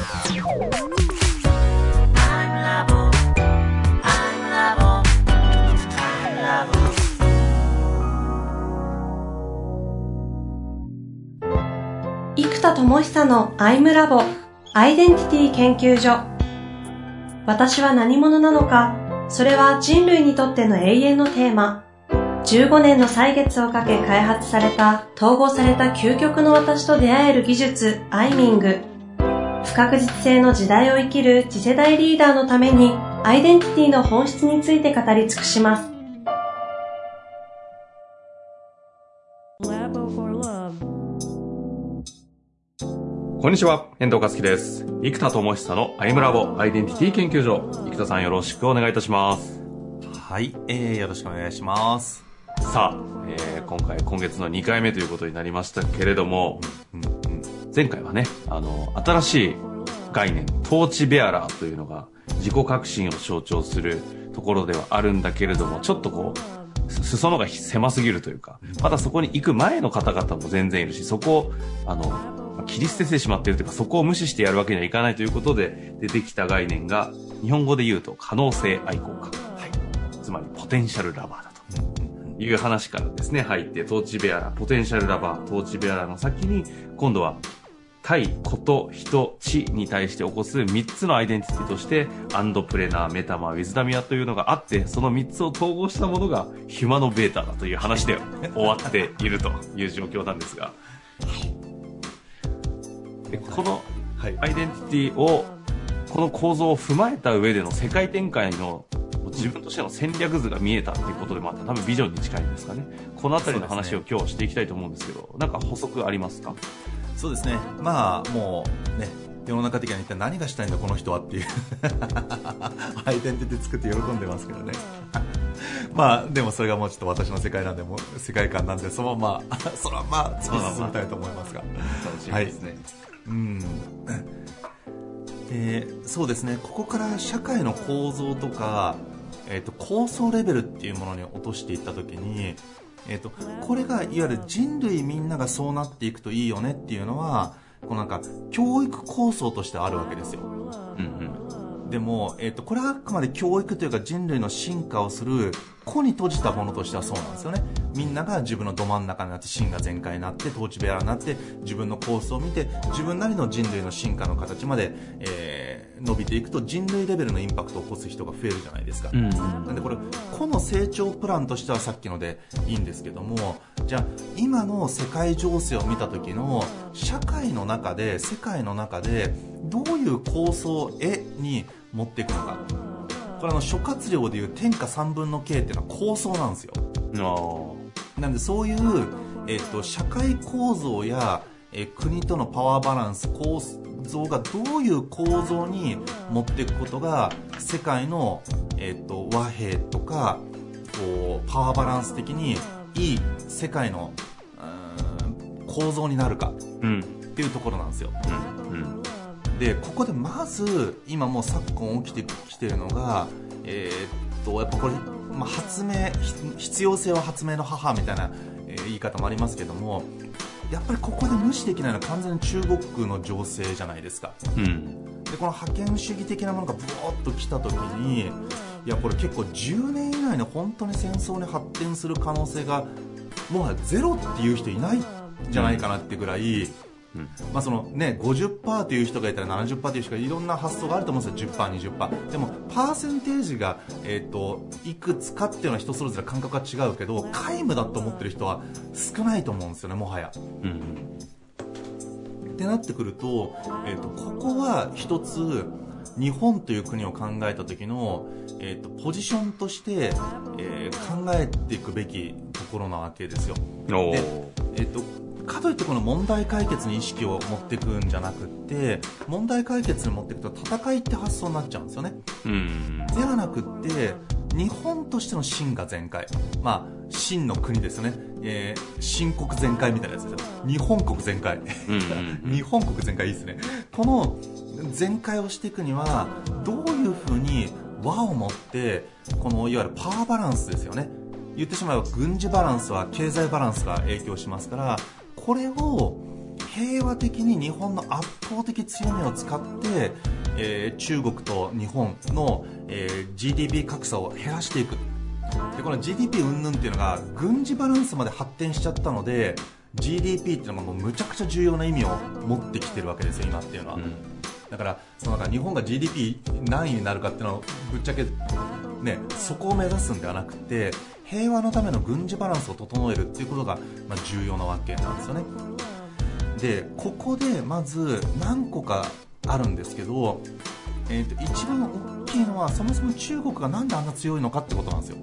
生田智久のアイムラボアイデンティティ研究所。私は何者なのか、それは人類にとっての永遠のテーマ。15年の歳月をかけ開発された統合された究極の私と出会える技術アイミング。不確実性の時代を生きる次世代リーダーのためにアイデンティティの本質について語り尽くします。 こんにちは、遠藤和樹です。生田智久のアイムラボアイデンティティ研究所。生田さんよろしくお願いいたします。 はい、よろしくお願いします。 さあ、今月の2回目ということになりましたけれども、前回はね、新しい概念、トーチベアラーというのが自己革新を象徴するところではあるんだけれども、ちょっとこう、裾野が狭すぎるというか、まだそこに行く前の方々も全然いるし、そこを、切り捨ててしまっているというか、そこを無視してやるわけにはいかないということで出てきた概念が、日本語で言うと可能性愛好家、つまりポテンシャルラバーだという話からですね入って、トーチベアラー、ポテンシャルラバー、トーチベアラーの先に今度は対、こと、人、地に対して起こす3つのアイデンティティとしてアンドプレナー、メタマー、ウィズダミアというのがあって、その3つを統合したものがヒュマノベータだという話で終わっているという状況なんですが、このアイデンティティを、この構造を踏まえた上での世界展開の自分としての戦略図が見えたっていうことでもあって、多分ビジョンに近いんですかね。このあたりの話を今日していきたいと思うんですけど、なんか補足ありますか？ そうですね、まあもうね、世の中的には一体何がしたいんだこの人はっていうアイデンティティ作って喜んでますけどねまあでもそれがもうちょっと私の世界なんで、もう世界観なんで、そのままそのまま突き進みたいと思いますが、 楽しみですね。 そうですね、ここから社会の構造とか、構想レベルっていうものに落としていったときに、これがいわゆる人類みんながそうなっていくといいよねっていうのは、こうなんか教育構想としてあるわけですよ。でも、これはあくまで教育というか人類の進化をする個に閉じたものとしてはそうなんですよね。みんなが自分のど真ん中になって、真が全開になって、トーチベアラーになって、自分のコースを見て、自分なりの人類の進化の形まで、伸びていくと、人類レベルのインパクトを起こす人が増えるじゃないですか。なんでこれ、個の成長プランとしてはさっきのでいいんですけども、じゃあ今の世界情勢を見た時の社会の中で、世界の中でどういう構想に持っていくのか。これ諸葛亮でいう天下三分の計っていうのは構想なんですよ。なんでそういう、社会構造や、国とのパワーバランス、構造がどういう構造に持っていくことが世界の、和平とかこうパワーバランス的にいい世界の構造になるかっていうところなんですよ。でここでまず今もう昨今起きてきているのが、やっぱこれ、発明、必要性は発明の母みたいな、言い方もありますけども、やっぱりここで無視できないのは完全に中国の情勢じゃないですか。でこの覇権主義的なものがブワーッと来た時に、いやこれ結構10年以内に本当に戦争に発展する可能性がもはやゼロっていう人いないんじゃないかなってぐらい、そのね、50% という人がいたら 70% という人がいろんな発想があると思うんですよ。 10%、20%。 でもパーセンテージが、いくつかっていうのは人それぞれ感覚が違うけど、皆無だと思ってる人は少ないと思うんですよね、もはや。ってなってくると、ここは一つ日本という国を考えた時の、ポジションとして、考えていくべきところなわけですよ。でかといってこの問題解決に意識を持っていくんじゃなくって、問題解決に持っていくと戦いって発想になっちゃうんですよね。ではなくって日本としての真が全開、真の国ですね、新国全開みたいなやつですよ。日本国全開日本国全開いいですね。この全開をしていくにはどういうふうに和を持って、このいわゆるパワーバランスですよね。言ってしまえば軍事バランスは経済バランスが影響しますから、これを平和的に日本の圧倒的強みを使って、中国と日本の、GDP 格差を減らしていく。でこの GDP 云々っていうのが軍事バランスまで発展しちゃったので GDP っていうのがもうむちゃくちゃ重要な意味を持ってきてるわけですよ今っていうのは、だからなんか日本が GDP 何位になるかっていうのをぶっちゃけねそこを目指すんではなくて平和のための軍事バランスを整えるっていうことが、重要なわけなんですよね。でここでまず何個かあるんですけど、一番大きいのはそもそも中国がなんであんな強いのかってことなんですよ。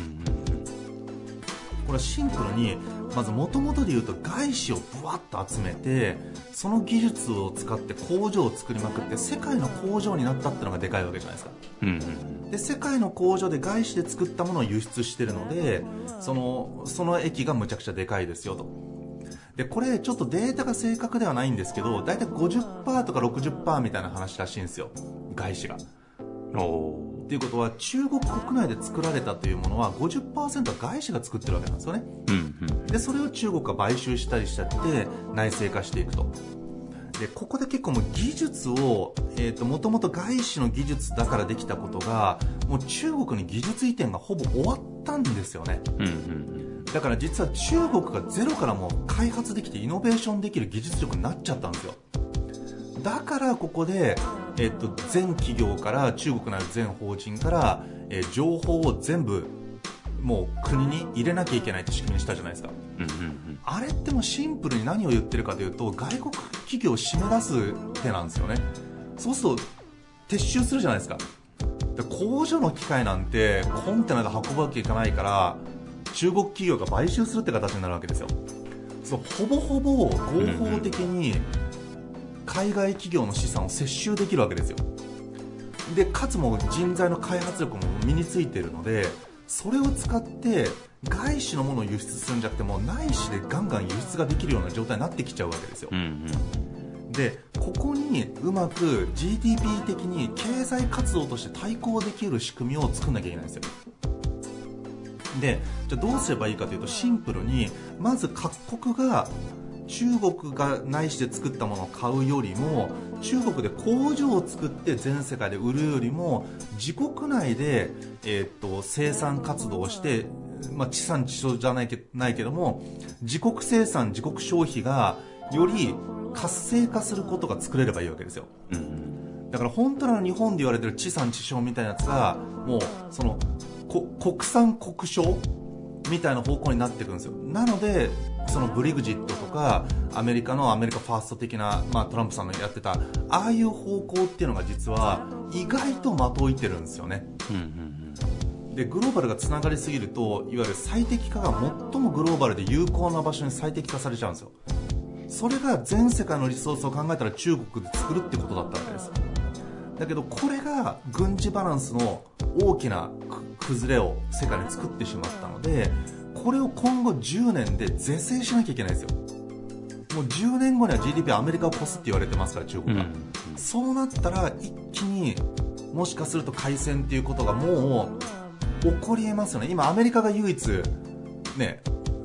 これはシンプルにまず元々で言うと外資をブワッと集めてその技術を使って工場を作りまくって世界の工場になったってのがでかいわけじゃないですか。で世界の工場で外資で作ったものを輸出してるのでその益がむちゃくちゃでかいですよと。でこれちょっとデータが正確ではないんですけどだいたい 50% とか 60% みたいな話らしいんですよ外資が。っていうことは中国国内で作られたというものは 50% は外資が作ってるわけなんですよね。でそれを中国が買収したりしちゃって内製化していくと。でここで結構もう技術をもともと外資の技術だからできたことがもう中国に技術移転がほぼ終わったんですよね。だから実は中国がゼロからもう開発できてイノベーションできる技術力になっちゃったんですよ。だからここで、全企業から中国なる全法人から、情報を全部もう国に入れなきゃいけないって仕組みにしたじゃないですか。あれってもうシンプルに何を言ってるかというと外国企業を締め出す手なんですよね。そうすると撤収するじゃないですか。で工場の機械なんてコンテナで運ぶわけいかないから中国企業が買収するって形になるわけですよ。そうほぼほぼ合法的に海外企業の資産を接収できるわけですよ。でかつも人材の開発力も身についているのでそれを使って外資のものを輸出するんじゃなくても内資でガンガン輸出ができるような状態になってきちゃうわけですよ。でここにうまく GDP 的に経済活動として対抗できる仕組みを作んなきゃいけないんですよ。でじゃあどうすればいいかというとシンプルにまず各国が中国が内資で作ったものを買うよりも中国で工場を作って全世界で売るよりも自国内で、生産活動をして、地産地消じゃないけども自国生産自国消費がより活性化することが作れればいいわけですよ。だから本当の日本で言われてる地産地消みたいなやつがもうその国産国消みたいな方向になっていくんですよ。なのでそのブリグジットとかアメリカファースト的な、トランプさんのやってたああいう方向っていうのが実は意外と的を射てるんですよね。でグローバルがつながりすぎるといわゆる最適化が最もグローバルで有効な場所に最適化されちゃうんですよ。それが全世界のリソースを考えたら中国で作るってことだったわけです。だけどこれが軍事バランスの大きな崩れを世界に作ってしまったのでこれを今後10年で是正しなきゃいけないんですよ。もう10年後には GDP アメリカを越すって言われてますから中国が、そうなったら一気にもしかすると開戦っていうことがもう起こり得ますよね。今アメリカが唯一ね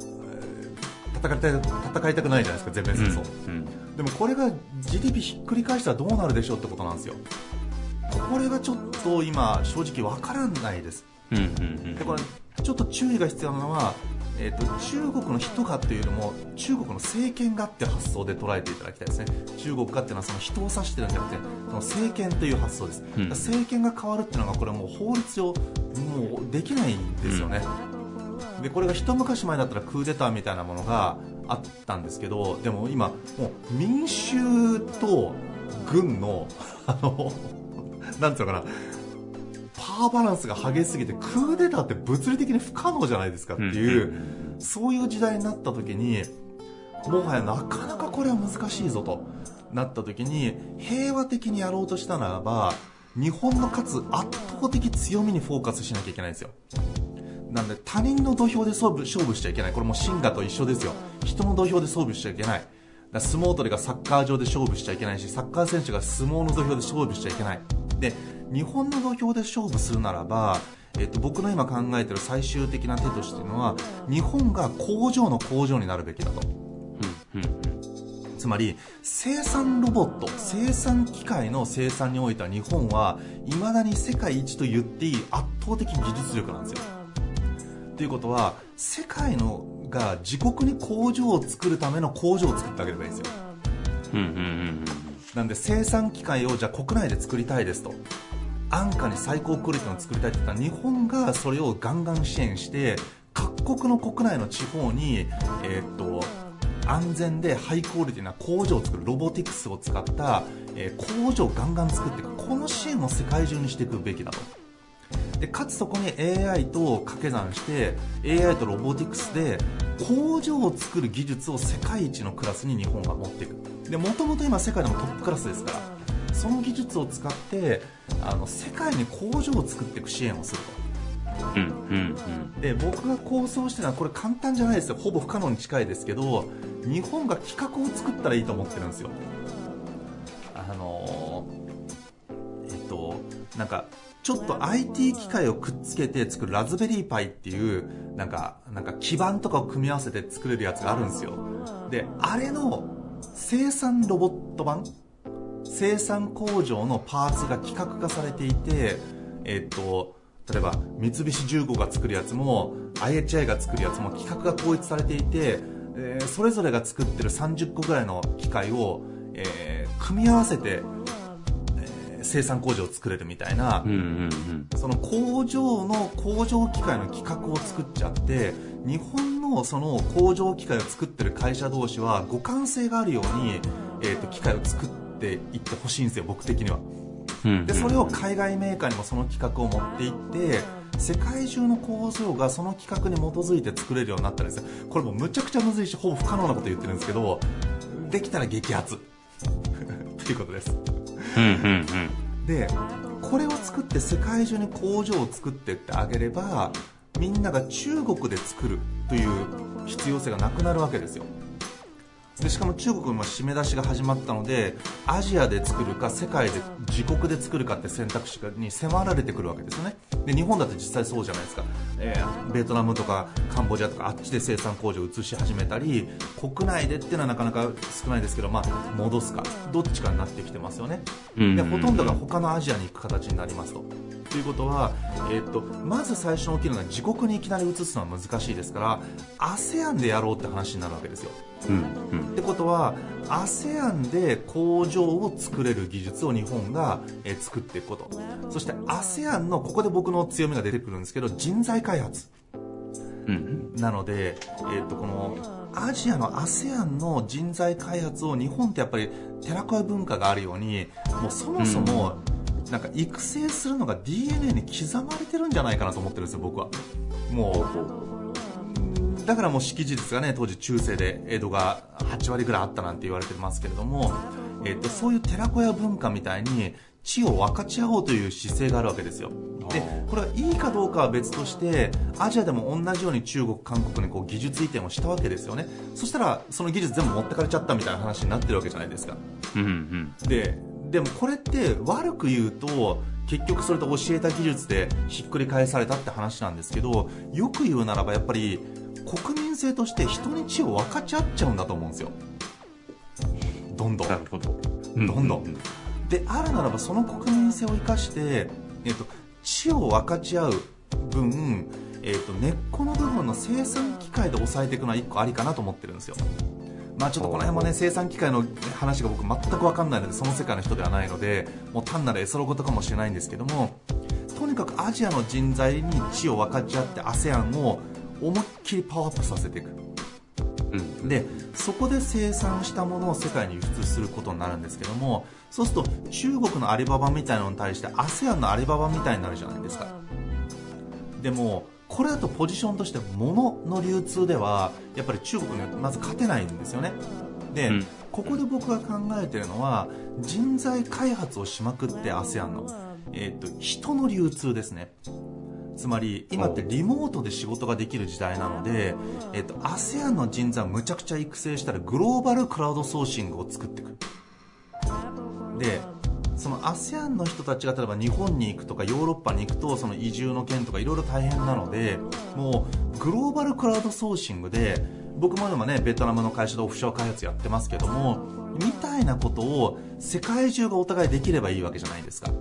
戦いたくないじゃないですか全面戦争、でもこれが GDP ひっくり返したらどうなるでしょうってことなんですよ。これがちょっと今正直わからないです。でこれちょっと注意が必要なのは、中国の人がというよりも中国の政権がって発想で捉えていただきたいですね。中国がっていうのはその人を指してるんじゃなくてその政権という発想です、政権が変わるっていうのがこれもう法律上もうできないんですよね。でこれが一昔前だったらクーデターみたいなものがあったんですけどでも今もう民衆と軍のなんていうのかなパワーバランスが激しすぎてクーデターって物理的に不可能じゃないですかっていう、そういう時代になった時にもはやなかなかこれは難しいぞとなった時に平和的にやろうとしたならば日本のかつ圧倒的強みにフォーカスしなきゃいけないんですよ。なんで他人の土俵で勝負しちゃいけない。これもシンガと一緒ですよ。人の土俵で勝負しちゃいけない。だ相撲取りがサッカー場で勝負しちゃいけないしサッカー選手が相撲の土俵で勝負しちゃいけない。で日本の土俵で勝負するならば、僕の今考えている最終的な手としてのは日本が工場の工場になるべきだと、 つまり生産ロボット、生産機械の生産においては日本は未だに世界一と言っていい圧倒的技術力なんですよ。ということは世界のが自国に工場を作るための工場を作ってあげればいいんですよ。なんで生産機械をじゃあ国内で作りたいですと、安価に最高クオリティの作りたいって言ったら日本がそれをガンガン支援して各国の国内の地方に、安全でハイクオリティな工場を作る、ロボティクスを使った、工場をガンガン作っていく、この支援を世界中にしていくべきだと。でかつそこに AI と掛け算して AI とロボティクスで工場を作る技術を世界一のクラスに日本が持っていく。でもともと今世界でもトップクラスですから、その技術を使って世界に工場を作っていく支援をすると。で僕が構想してるのはこれ簡単じゃないですよ、ほぼ不可能に近いですけど、日本が企画を作ったらいいと思ってるんですよ。なんかちょっと IT 機械をくっつけて作るラズベリーパイっていうなんか基板とかを組み合わせて作れるやつがあるんですよ。であれの生産ロボット版、生産工場のパーツが規格化されていて、例えば三菱重工が作るやつも IHI が作るやつも規格が統一されていて、それぞれが作ってる30個ぐらいの機械を、組み合わせて、生産工場を作れるみたいな、その工場機械の規格を作っちゃって、日本のその工場機械を作ってる会社同士は互換性があるように、機械を作っていってほしいんですよ、僕的には。でそれを海外メーカーにもその規格を持っていって世界中の工場がその規格に基づいて作れるようになったんですよ。これもむちゃくちゃむずいしほぼ不可能なこと言ってるんですけど、できたら激アツということです。でこれを作って世界中に工場を作っていってあげればみんなが中国で作るという必要性がなくなるわけですよ。でしかも中国も締め出しが始まったのでアジアで作るか世界で自国で作るかって選択肢に迫られてくるわけですよね。で日本だって実際そうじゃないですか、ベトナムとかカンボジアとかあっちで生産工場を移し始めたり国内でっていうのはなかなか少ないですけど、戻すかどっちかになってきてますよね。でほとんどが他のアジアに行く形になりますと。ということは、まず最初に起きるのは自国にいきなり移すのは難しいですから ASEAN でやろうって話になるわけですよ。ってことは ASEAN で工場を作れる技術を日本が、作っていくこと、そして ASEAN のここで僕の強みが出てくるんですけど人材開発、なので、このアジアの ASEAN の人材開発を日本ってやっぱり寺子屋文化があるようにもうそもそもなんか育成するのが DNA に刻まれてるんじゃないかなと思ってるんですよ僕は。もうだからもう識字率がね当時中世で江戸が8割ぐらいあったなんて言われてますけれども、そういう寺子屋文化みたいに知を分かち合おうという姿勢があるわけですよ。でこれはいいかどうかは別としてアジアでも同じように中国韓国にこう技術移転をしたわけですよね。そしたらその技術全部持ってかれちゃったみたいな話になってるわけじゃないですか。でもこれって悪く言うと結局それと教えた技術でひっくり返されたって話なんですけど、よく言うならばやっぱり国民性として人に知を分かち合っちゃうんだと思うんですよ。どんどんなるほど、 どんどんであるならばその国民性を生かして、知を分かち合う分、根っこの部分の生産機械で抑えていくのは一個ありかなと思ってるんですよ。ちょっとこの辺もね生産機械の話が僕全く分かんないのでその世界の人ではないのでもう単なる絵そろことかもしれないんですけども、とにかくアジアの人材に知を分かち合って ASEAN を思いっきりパワーアップさせていく、でそこで生産したものを世界に輸出することになるんですけども、そうすると中国のアリババみたいなのに対して ASEAN のアリババみたいになるじゃないですか。でもこれだとポジションとして物の流通ではやっぱり中国にまず勝てないんですよね。で、ここで僕が考えているのは人材開発をしまくって ASEAN の、人の流通ですね。つまり今ってリモートで仕事ができる時代なので、ASEAN の人材をむちゃくちゃ育成したらグローバルクラウドソーシングを作っていく。でその ASEAN の人たちが例えば日本に行くとかヨーロッパに行くとその移住の件とかいろいろ大変なので、もうグローバルクラウドソーシングで僕も今ねベトナムの会社でオフショア開発やってますけども、みたいなことを世界中がお互いできればいいわけじゃないですか。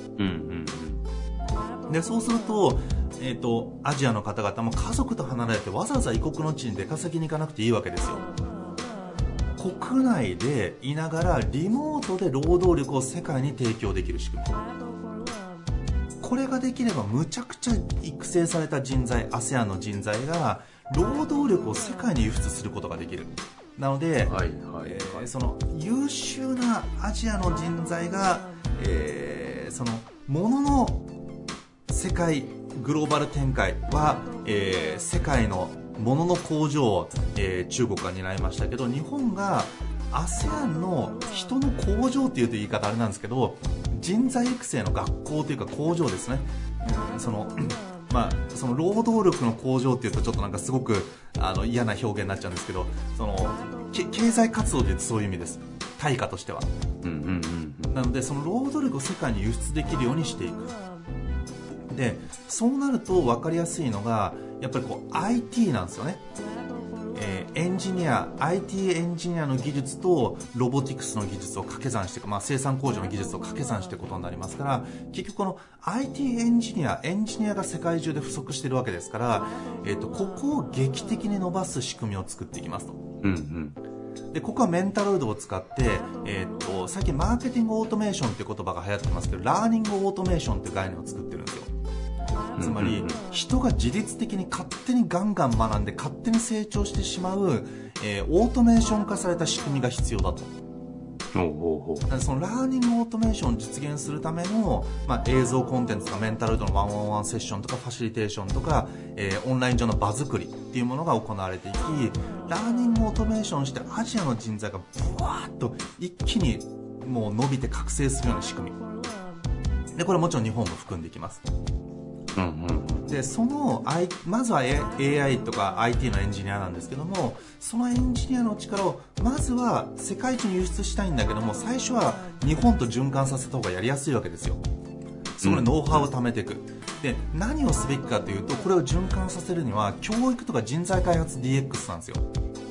でそうすると、アジアの方々も家族と離れてわざわざ異国の地に出稼ぎに行かなくていいわけですよ。国内でいながらリモートで労働力を世界に提供できる仕組み、これができればむちゃくちゃ育成された人材、 ASEAN の人材が労働力を世界に輸出することができる。なので、その優秀なアジアの人材が、そのものの世界グローバル展開は、世界のものの工場、中国が担いましたけど、日本が ASEAN の人の工場っていうと言い方あれなんですけど、人材育成の学校というか工場ですね。その労働力の工場っていうとちょっとなんかすごく嫌な表現になっちゃうんですけど、その経済活動でいうとそういう意味です、対価としては。なのでその労働力を世界に輸出できるようにしていく。でそうなると分かりやすいのがやっぱりこう IT なんですよね。エンジニア IT エンジニアの技術とロボティクスの技術を掛け算していく、生産工場の技術を掛け算していくことになりますから、結局この IT エンジニアが世界中で不足しているわけですから、ここを劇的に伸ばす仕組みを作っていきますと。でここはメンタロイドを使って、最近マーケティングオートメーションという言葉が流行ってますけど、ラーニングオートメーションという概念を作ってるんですよ。つまり人が自律的に勝手にガンガン学んで勝手に成長してしまう、オートメーション化された仕組みが必要だと。だからそのラーニングオートメーションを実現するための、映像コンテンツとかメンタルドのワンオンワンセッションとかファシリテーションとか、オンライン上の場作りっていうものが行われていき、ラーニングオートメーションしてアジアの人材がブワーッと一気にもう伸びて覚醒するような仕組みで、これはもちろん日本も含んでいきます。でそのまずは AI とか IT のエンジニアなんですけども、そのエンジニアの力をまずは世界一に輸出したいんだけども、最初は日本と循環させた方がやりやすいわけですよ。そこでノウハウを貯めていく。で何をすべきかというと、これを循環させるには教育とか人材開発 DX なんですよ。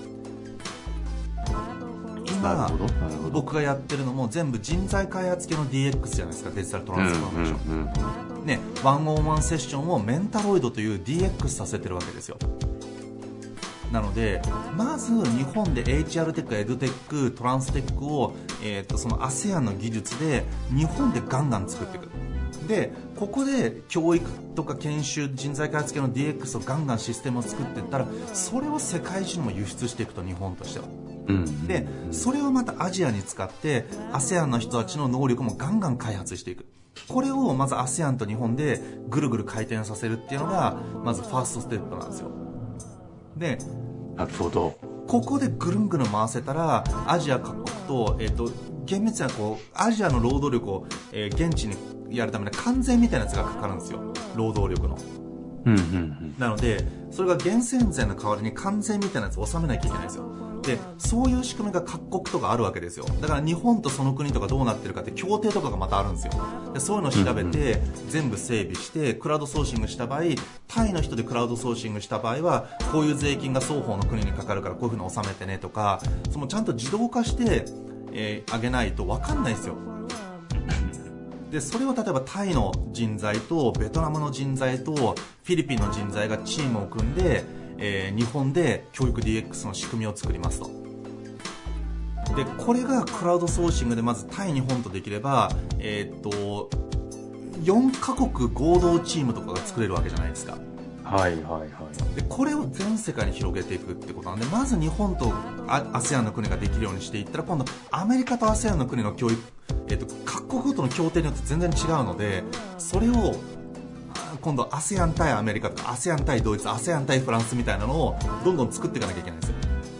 今僕がやってるのも全部人材開発系の DX じゃないですか。デジタルトランスフォーメーション、ね、ワンオンワンセッションをメンタロイドという DX させてるわけですよ。なのでまず日本で HR テック、エドテック、トランステックを、その ASEAN の技術で日本でガンガン作っていく。でここで教育とか研修、人材開発系の DX をガンガンシステムを作っていったら、それを世界中にも輸出していくと、日本としては。でそれをまたアジアに使って ASEAN の人たちの能力もガンガン開発していく。これをまず ASEAN と日本でぐるぐる回転させるっていうのがまずファーストステップなんですよ。でなるほど。 ここでぐるんぐるん回せたらアジア各国と、厳密にはこうアジアの労働力を、現地にやるための関税みたいなやつがかかるんですよ、労働力の。なのでそれが源泉税の代わりに関税みたいなやつを納めなきゃいけないんですよ。でそういう仕組みが各国とかあるわけですよ。だから日本とその国とかどうなってるかって協定とかがまたあるんですよ。でそういうのを調べて、全部整備してクラウドソーシングした場合、タイの人でクラウドソーシングした場合はこういう税金が双方の国にかかるからこういうふうに納めてねとか、そのちゃんと自動化して、あげないと分かんないですよ。でそれを例えばタイの人材とベトナムの人材とフィリピンの人材がチームを組んで、日本で教育 DX の仕組みを作りますと。でこれがクラウドソーシングでまずタイ日本とできれば、4カ国合同チームとかが作れるわけじゃないですか。でこれを全世界に広げていくってことなんで、まず日本と ASEAN の国ができるようにしていったら、今度アメリカと ASEAN の国の教育、各国ごとの協定によって全然違うので、それを今度 ASEAN 対アメリカとか ASEAN 対ドイツ、 ASEAN 対フランスみたいなのをどんどん作っていかなきゃいけないんですよ。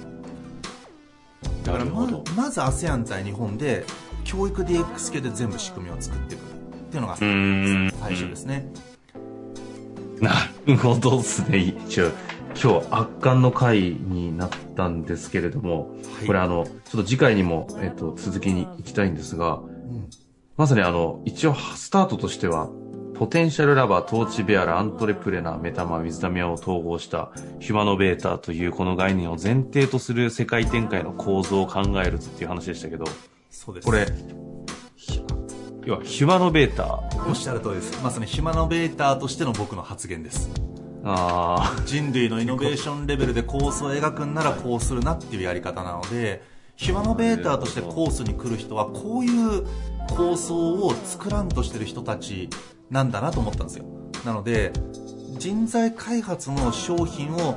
だからまず ASEAN 対日本で教育 DX 系で全部仕組みを作っていくっていうのが最初ですね。 なるほどですね。今日圧巻の回になったんですけれども、これちょっと次回にも、続きに行きたいんですが、まさに一応スタートとしてはポテンシャルラバー、トーチベアラー、アントレプレナー、メタマー、ウィズダミアを統合したヒュマノベーターというこの概念を前提とする世界展開の構造を考えるっていう話でしたけど、 そうです。 これ、要はヒュマノベーター。 おっしゃる通りです。まさにヒュマノベーターとしての僕の発言です。人類のイノベーションレベルで構想を描くんならこうするなっていうやり方なので、ヒュマノベーターとしてコースに来る人はこういう構想を作らんとしてる人たちなんだなと思ったんですよ。なので人材開発の商品を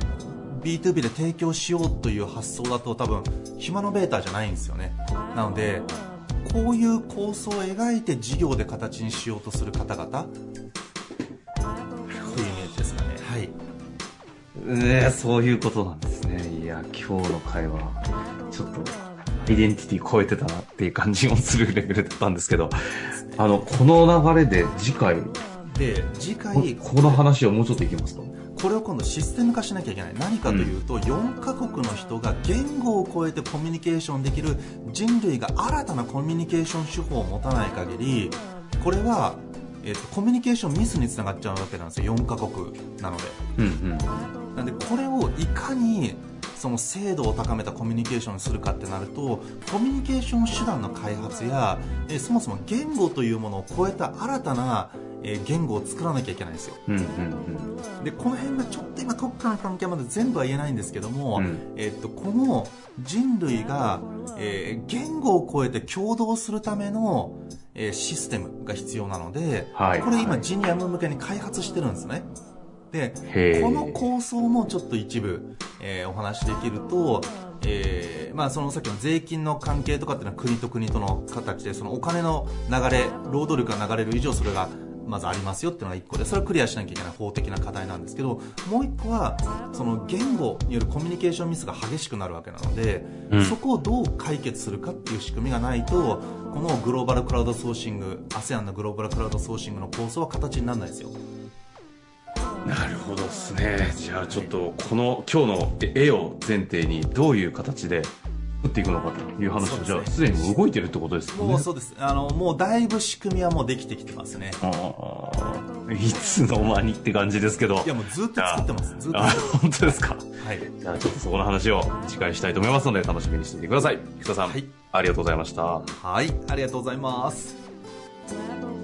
B2B で提供しようという発想だと多分ヒュマノベーターじゃないんですよね。なのでこういう構想を描いて事業で形にしようとする方々というイメージですかね。 はい。そういうことなんですね。いや、今日の会話ちょっとアイデンティティ超えてたなっていう感じもするレベルだったんですけど、この流れで次回この話をもうちょっといきますか。 これを今度システム化しなきゃいけない。何かというと、4カ国の人が言語を超えてコミュニケーションできる人類が新たなコミュニケーション手法を持たない限り、これは、コミュニケーションミスにつながっちゃうわけなんですよ。4カ国なので、なんでこれをいかにその精度を高めたコミュニケーションにするかってなると、コミュニケーション手段の開発や、そもそも言語というものを超えた新たな言語を作らなきゃいけないんですよ。でこの辺がちょっと今特化の関係まで全部は言えないんですけども、この人類が、言語を超えて共同するための、システムが必要なので、これ今ジニアム向けに開発してるんですね。でこの構想もちょっと一部、お話しできると、そのさっきの税金の関係とかっていうのは国と国との形で、そのお金の流れ、労働力が流れる以上それがまずありますよっていうのが1個で、それはクリアしなきゃいけない法的な課題なんですけど、もう1個はその言語によるコミュニケーションミスが激しくなるわけなので、そこをどう解決するかっていう仕組みがないと、このグローバルクラウドソーシング、 ASEAN のグローバルクラウドソーシングの構想は形にならないですよ。 なるほどですね。じゃあちょっとこの今日の絵を前提にどういう形で打っていくのかという話を、じゃあすでに動いてるってことですかね。 もうそうです。もうだいぶ仕組みはもうできてきてますね。 いつの間にって感じですけど。 いやもうずっと作ってます。ずっと。 本当ですか。 はい。 じゃあちょっとそこの話を次回したいと思いますので楽しみにしていてください。菊田さん、ありがとうございました。 はい、ありがとうございます。